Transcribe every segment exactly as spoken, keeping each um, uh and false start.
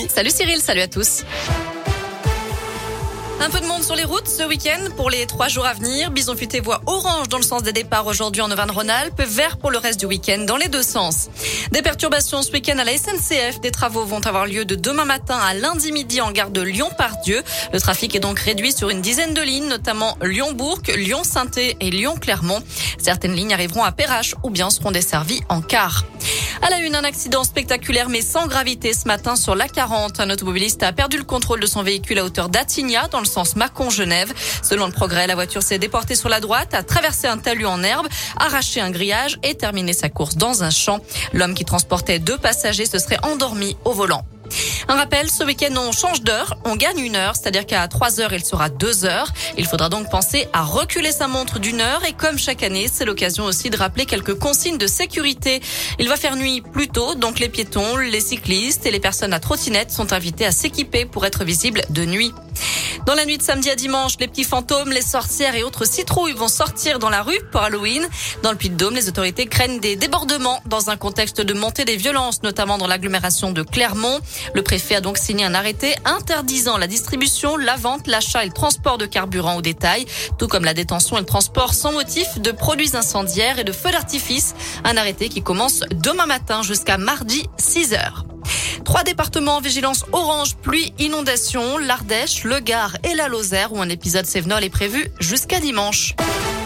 Camille. Salut Cyril, salut à tous. Un peu de monde sur les routes ce week-end pour les trois jours à venir. Bison Futé voit orange dans le sens des départs aujourd'hui en Auvergne-Rhône-Alpes, vert pour le reste du week-end dans les deux sens. Des perturbations ce week-end à la S N C F. Des travaux vont avoir lieu de demain matin à lundi midi en gare de Lyon-Part-Dieu. Le trafic est donc réduit sur une dizaine de lignes, notamment Lyon-Bourg, Lyon-Sainté et Lyon-Clermont. Certaines lignes arriveront à Perrache ou bien seront desservies en car. À la une, un accident spectaculaire mais sans gravité ce matin sur l'A quarante. Un automobiliste a perdu le contrôle de son véhicule à hauteur d'Attigna dans le sens Mâcon-Genève. Selon le Progrès, la voiture s'est déportée sur la droite, a traversé un talus en herbe, arraché un grillage et terminé sa course dans un champ. L'homme qui transportait deux passagers se serait endormi au volant. Un rappel, ce week-end, on change d'heure, on gagne une heure, c'est-à-dire qu'à trois heures, il sera deux heures. Il faudra donc penser à reculer sa montre d'une heure et comme chaque année, c'est l'occasion aussi de rappeler quelques consignes de sécurité. Il va faire nuit plus tôt, donc les piétons, les cyclistes et les personnes à trottinette sont invités à s'équiper pour être visibles de nuit. Dans la nuit de samedi à dimanche, les petits fantômes, les sorcières et autres citrouilles vont sortir dans la rue pour Halloween. Dans le Puy-de-Dôme, les autorités craignent des débordements dans un contexte de montée des violences, notamment dans l'agglomération de Clermont. Le préfet a donc signé un arrêté interdisant la distribution, la vente, l'achat et le transport de carburant au détail, tout comme la détention et le transport sans motif de produits incendiaires et de feux d'artifice. Un arrêté qui commence demain matin jusqu'à mardi six heures. Trois départements en vigilance orange, pluie, inondation, l'Ardèche, le Gard et la Lozère où un épisode Cévenol est prévu jusqu'à dimanche.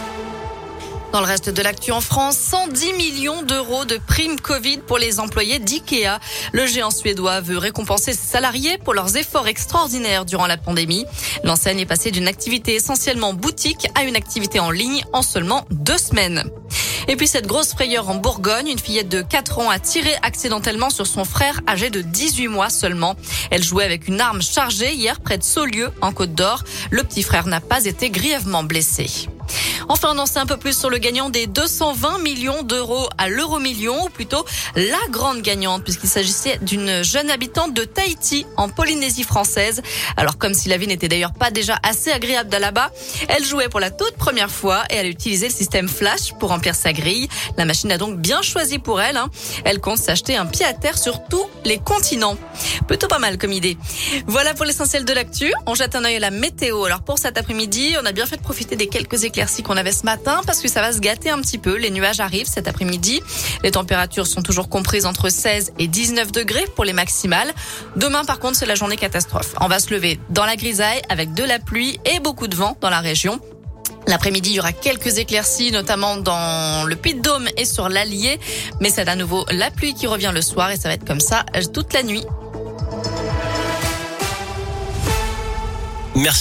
Dans le reste de l'actu en France, cent dix millions d'euros de primes Covid pour les employés d'IKEA. Le géant suédois veut récompenser ses salariés pour leurs efforts extraordinaires durant la pandémie. L'enseigne est passée d'une activité essentiellement boutique à une activité en ligne en seulement deux semaines. Et puis cette grosse frayeur en Bourgogne, une fillette de quatre ans a tiré accidentellement sur son frère âgé de dix-huit mois seulement. Elle jouait avec une arme chargée hier près de Saulieu en Côte d'Or. Le petit frère n'a pas été grièvement blessé. Enfin, on en sait un peu plus sur le gagnant des deux cent vingt millions d'euros à l'euro-million, ou plutôt la grande gagnante, puisqu'il s'agissait d'une jeune habitante de Tahiti, en Polynésie française. Alors, comme si la vie n'était d'ailleurs pas déjà assez agréable là-bas, elle jouait pour la toute première fois et elle a utilisé le système Flash pour remplir sa grille. La machine a donc bien choisi pour elle. Hein. Elle compte s'acheter un pied à terre sur tous les continents. Plutôt pas mal comme idée. Voilà pour l'essentiel de l'actu. On jette un œil à la météo. Alors, pour cet après-midi, on a bien fait de profiter des quelques éclaircies qu'on avait ce matin parce que ça va se gâter un petit peu. Les nuages arrivent cet après-midi. Les températures sont toujours comprises entre seize et dix-neuf degrés pour les maximales. Demain, par contre, c'est la journée catastrophe. On va se lever dans la grisaille avec de la pluie et beaucoup de vent dans la région. L'après-midi, il y aura quelques éclaircies, notamment dans le Puy-de-Dôme et sur l'Allier. Mais c'est à nouveau la pluie qui revient le soir et ça va être comme ça toute la nuit. Merci.